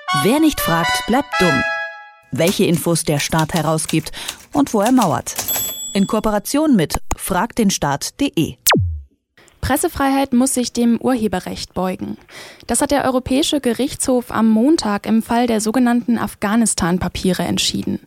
Wer nicht fragt, bleibt dumm. Welche Infos der Staat herausgibt und wo er mauert. In Kooperation mit fragtdenstaat.de. Pressefreiheit muss sich dem Urheberrecht beugen. Das hat der Europäische Gerichtshof am Montag im Fall der sogenannten Afghanistan-Papiere entschieden.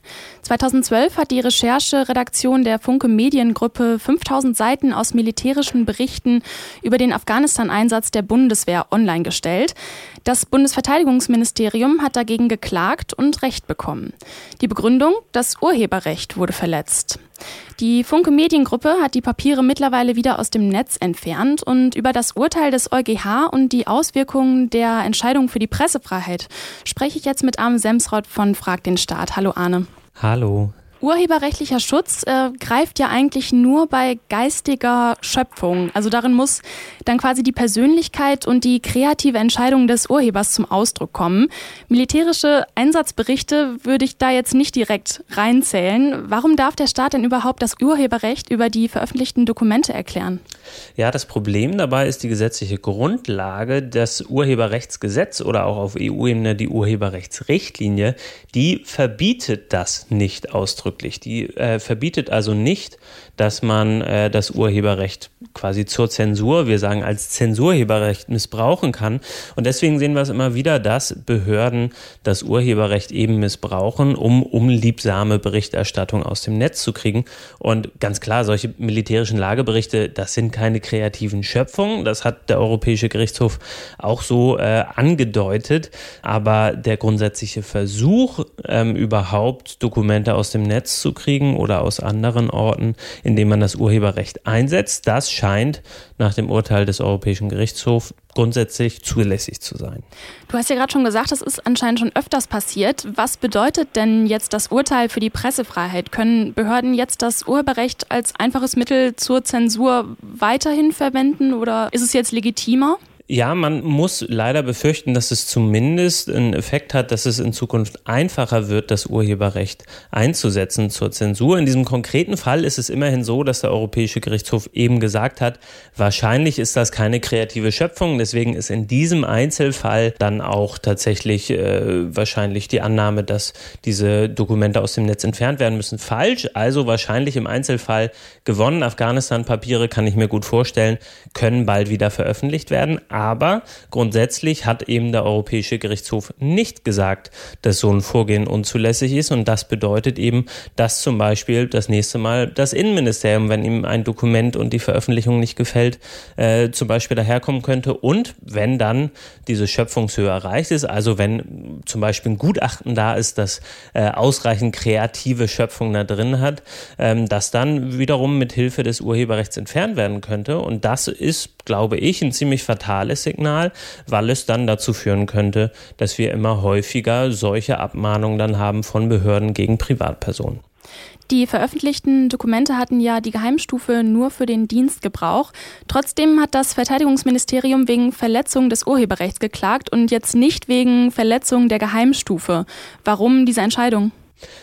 2012 hat die Rechercheredaktion der Funke Mediengruppe 5000 Seiten aus militärischen Berichten über den Afghanistan-Einsatz der Bundeswehr online gestellt. Das Bundesverteidigungsministerium hat dagegen geklagt und Recht bekommen. Die Begründung: das Urheberrecht wurde verletzt. Die Funke Mediengruppe hat die Papiere mittlerweile wieder aus dem Netz entfernt und über das Urteil des EuGH und die Auswirkungen der Entscheidung für die Pressefreiheit spreche ich jetzt mit Arne Semsrott von Frag den Staat. Hallo Arne. Hallo. Urheberrechtlicher Schutz greift ja eigentlich nur bei geistiger Schöpfung. Also darin muss dann quasi die Persönlichkeit und die kreative Entscheidung des Urhebers zum Ausdruck kommen. Militärische Einsatzberichte würde ich da jetzt nicht direkt reinzählen. Warum darf der Staat denn überhaupt das Urheberrecht über die veröffentlichten Dokumente erklären? Ja, das Problem dabei ist die gesetzliche Grundlage. Das Urheberrechtsgesetz oder auch auf EU-Ebene die Urheberrechtsrichtlinie, die verbietet das nicht ausdrücklich. Die verbietet also nicht, dass man das Urheberrecht quasi zur Zensur, wir sagen als Zensurheberrecht, missbrauchen kann. Und deswegen sehen wir es immer wieder, dass Behörden das Urheberrecht eben missbrauchen, um unliebsame Berichterstattung aus dem Netz zu kriegen. Und ganz klar, solche militärischen Lageberichte, das sind keine kreativen Schöpfungen. Das hat der Europäische Gerichtshof auch so angedeutet. Aber der grundsätzliche Versuch, überhaupt Dokumente aus dem Netz zu kriegen oder aus anderen Orten, indem man das Urheberrecht einsetzt, das scheint nach dem Urteil des Europäischen Gerichtshofs grundsätzlich zulässig zu sein. Du hast ja gerade schon gesagt, das ist anscheinend schon öfters passiert. Was bedeutet denn jetzt das Urteil für die Pressefreiheit? Können Behörden jetzt das Urheberrecht als einfaches Mittel zur Zensur weiterhin verwenden oder ist es jetzt legitimer? Ja, man muss leider befürchten, dass es zumindest einen Effekt hat, dass es in Zukunft einfacher wird, das Urheberrecht einzusetzen zur Zensur. In diesem konkreten Fall ist es immerhin so, dass der Europäische Gerichtshof eben gesagt hat, wahrscheinlich ist das keine kreative Schöpfung. Deswegen ist in diesem Einzelfall dann auch tatsächlich wahrscheinlich die Annahme, dass diese Dokumente aus dem Netz entfernt werden müssen, falsch. Also wahrscheinlich im Einzelfall gewonnen. Afghanistan-Papiere, kann ich mir gut vorstellen, können bald wieder veröffentlicht werden. Aber grundsätzlich hat eben der Europäische Gerichtshof nicht gesagt, dass so ein Vorgehen unzulässig ist. Und das bedeutet eben, dass zum Beispiel das nächste Mal das Innenministerium, wenn ihm ein Dokument und die Veröffentlichung nicht gefällt, zum Beispiel daherkommen könnte. Und wenn dann diese Schöpfungshöhe erreicht ist, also wenn zum Beispiel ein Gutachten da ist, das ausreichend kreative Schöpfung da drin hat, das dann wiederum mit Hilfe des Urheberrechts entfernt werden könnte. Und das ist, glaube ich, ein ziemlich fatales Signal, weil es dann dazu führen könnte, dass wir immer häufiger solche Abmahnungen dann haben von Behörden gegen Privatpersonen. Die veröffentlichten Dokumente hatten ja die Geheimstufe nur für den Dienstgebrauch. Trotzdem hat das Verteidigungsministerium wegen Verletzung des Urheberrechts geklagt und jetzt nicht wegen Verletzung der Geheimstufe. Warum diese Entscheidung?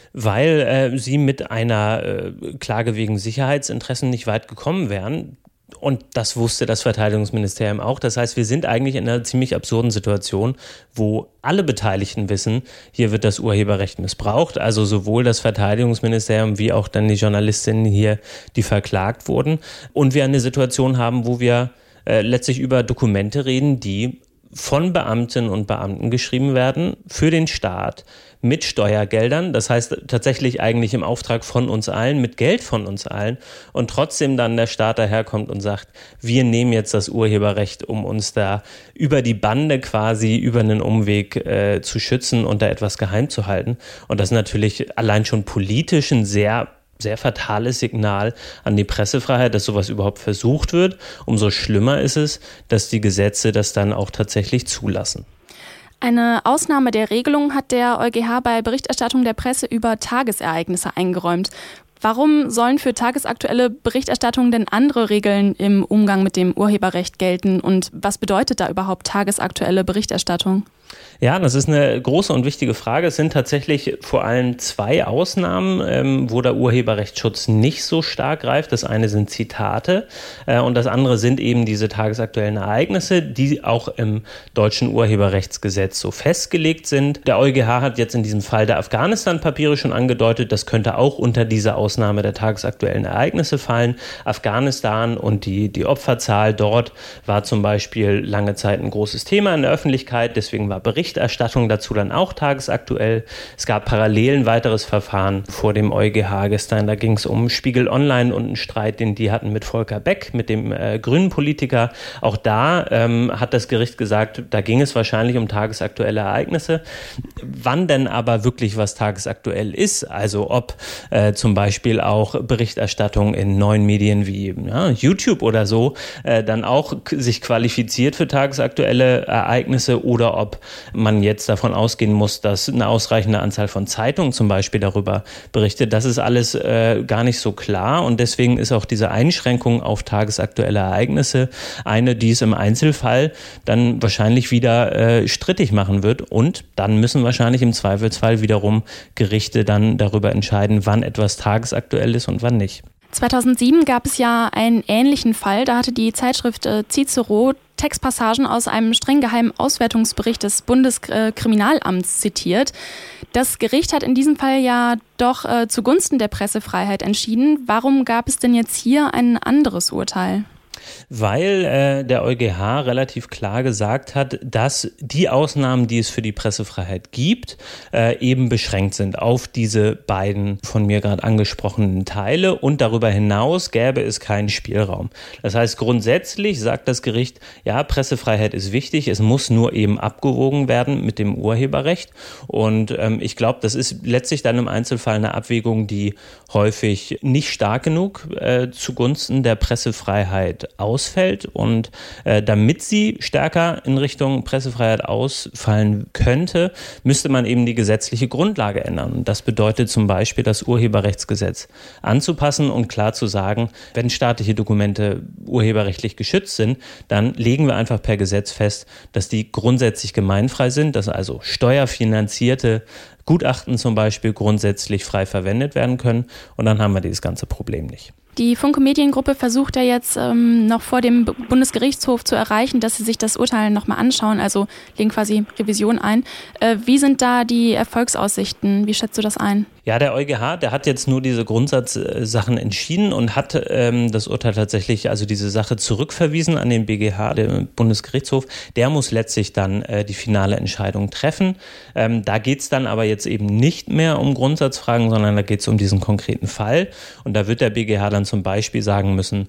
Weil sie mit einer Klage wegen Sicherheitsinteressen nicht weit gekommen wären. Und das wusste das Verteidigungsministerium auch. Das heißt, wir sind eigentlich in einer ziemlich absurden Situation, wo alle Beteiligten wissen, hier wird das Urheberrecht missbraucht. Also sowohl das Verteidigungsministerium wie auch dann die Journalistinnen hier, die verklagt wurden. Und wir eine Situation haben, wo wir letztlich über Dokumente reden, die von Beamtinnen und Beamten geschrieben werden für den Staat mit Steuergeldern, das heißt tatsächlich eigentlich im Auftrag von uns allen, mit Geld von uns allen und trotzdem dann der Staat daherkommt und sagt, wir nehmen jetzt das Urheberrecht, um uns da über die Bande quasi über einen Umweg zu schützen und da etwas geheim zu halten. Und das ist natürlich allein schon politisch ein sehr fatales Signal an die Pressefreiheit, dass sowas überhaupt versucht wird. Umso schlimmer ist es, dass die Gesetze das dann auch tatsächlich zulassen. Eine Ausnahme der Regelung hat der EuGH bei Berichterstattung der Presse über Tagesereignisse eingeräumt. Warum sollen für tagesaktuelle Berichterstattung denn andere Regeln im Umgang mit dem Urheberrecht gelten und was bedeutet da überhaupt tagesaktuelle Berichterstattung? Ja, das ist eine große und wichtige Frage. Es sind tatsächlich vor allem zwei Ausnahmen, wo der Urheberrechtsschutz nicht so stark greift. Das eine sind Zitate und das andere sind eben diese tagesaktuellen Ereignisse, die auch im deutschen Urheberrechtsgesetz so festgelegt sind. Der EuGH hat jetzt in diesem Fall der Afghanistan-Papiere schon angedeutet, das könnte auch unter diese Ausnahme der tagesaktuellen Ereignisse fallen. Afghanistan und die Opferzahl dort war zum Beispiel lange Zeit ein großes Thema in der Öffentlichkeit, deswegen war Berichterstattung dazu dann auch tagesaktuell. Es gab parallel ein weiteres Verfahren vor dem EuGH gestern. Da ging es um Spiegel Online und einen Streit, den die hatten mit Volker Beck, mit dem grünen Politiker. Auch da hat das Gericht gesagt, da ging es wahrscheinlich um tagesaktuelle Ereignisse. Wann denn aber wirklich was tagesaktuell ist, also ob zum Beispiel auch Berichterstattung in neuen Medien wie YouTube oder so dann auch sich qualifiziert für tagesaktuelle Ereignisse oder ob man jetzt davon ausgehen muss, dass eine ausreichende Anzahl von Zeitungen zum Beispiel darüber berichtet. Das ist alles gar nicht so klar und deswegen ist auch diese Einschränkung auf tagesaktuelle Ereignisse eine, die es im Einzelfall dann wahrscheinlich wieder strittig machen wird und dann müssen wahrscheinlich im Zweifelsfall wiederum Gerichte dann darüber entscheiden, wann etwas tagesaktuell ist und wann nicht. 2007 gab es ja einen ähnlichen Fall, da hatte die Zeitschrift Cicero Textpassagen aus einem streng geheimen Auswertungsbericht des Bundeskriminalamts zitiert. Das Gericht hat in diesem Fall ja doch zugunsten der Pressefreiheit entschieden. Warum gab es denn jetzt hier ein anderes Urteil? Weil der EuGH relativ klar gesagt hat, dass die Ausnahmen, die es für die Pressefreiheit gibt, eben beschränkt sind auf diese beiden von mir gerade angesprochenen Teile und darüber hinaus gäbe es keinen Spielraum. Das heißt, grundsätzlich sagt das Gericht, ja, Pressefreiheit ist wichtig, es muss nur eben abgewogen werden mit dem Urheberrecht und ich glaube, das ist letztlich dann im Einzelfall eine Abwägung, die häufig nicht stark genug zugunsten der Pressefreiheit ausfällt und damit sie stärker in Richtung Pressefreiheit ausfallen könnte, müsste man eben die gesetzliche Grundlage ändern. Und das bedeutet zum Beispiel, das Urheberrechtsgesetz anzupassen und klar zu sagen, wenn staatliche Dokumente urheberrechtlich geschützt sind, dann legen wir einfach per Gesetz fest, dass die grundsätzlich gemeinfrei sind, dass also steuerfinanzierte Gutachten zum Beispiel grundsätzlich frei verwendet werden können und dann haben wir dieses ganze Problem nicht. Die Funke Mediengruppe versucht ja jetzt noch vor dem Bundesgerichtshof zu erreichen, dass sie sich das Urteil nochmal anschauen, also legen quasi Revision ein. Wie sind da die Erfolgsaussichten? Wie schätzt du das ein? Ja, der EuGH, der hat jetzt nur diese Grundsatzsachen entschieden und hat das Urteil tatsächlich, also diese Sache zurückverwiesen an den BGH, den Bundesgerichtshof. Der muss letztlich dann die finale Entscheidung treffen. Da geht's dann aber jetzt eben nicht mehr um Grundsatzfragen, sondern da geht's um diesen konkreten Fall. Und da wird der BGH dann zum Beispiel sagen müssen,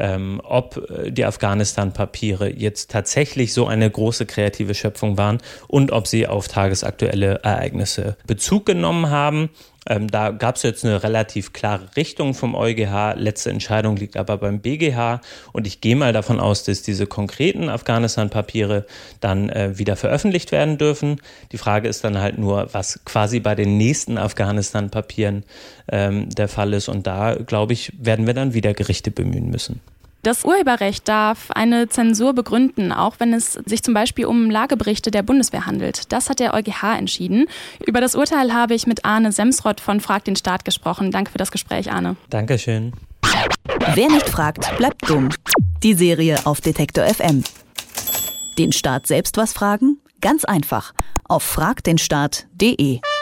ob die Afghanistan-Papiere jetzt tatsächlich so eine große kreative Schöpfung waren und ob sie auf tagesaktuelle Ereignisse Bezug genommen haben. Da gab es jetzt eine relativ klare Richtung vom EuGH. Letzte Entscheidung liegt aber beim BGH. Und ich gehe mal davon aus, dass diese konkreten Afghanistan-Papiere dann wieder veröffentlicht werden dürfen. Die Frage ist dann halt nur, was quasi bei den nächsten Afghanistan-Papieren der Fall ist. Und da, glaube ich, werden wir dann wieder Gerichte bemühen müssen. Das Urheberrecht darf eine Zensur begründen, auch wenn es sich zum Beispiel um Lageberichte der Bundeswehr handelt. Das hat der EuGH entschieden. Über das Urteil habe ich mit Arne Semsrott von Frag den Staat gesprochen. Danke für das Gespräch, Arne. Dankeschön. Wer nicht fragt, bleibt dumm. Die Serie auf Detektor FM. Den Staat selbst was fragen? Ganz einfach. Auf fragdenstaat.de.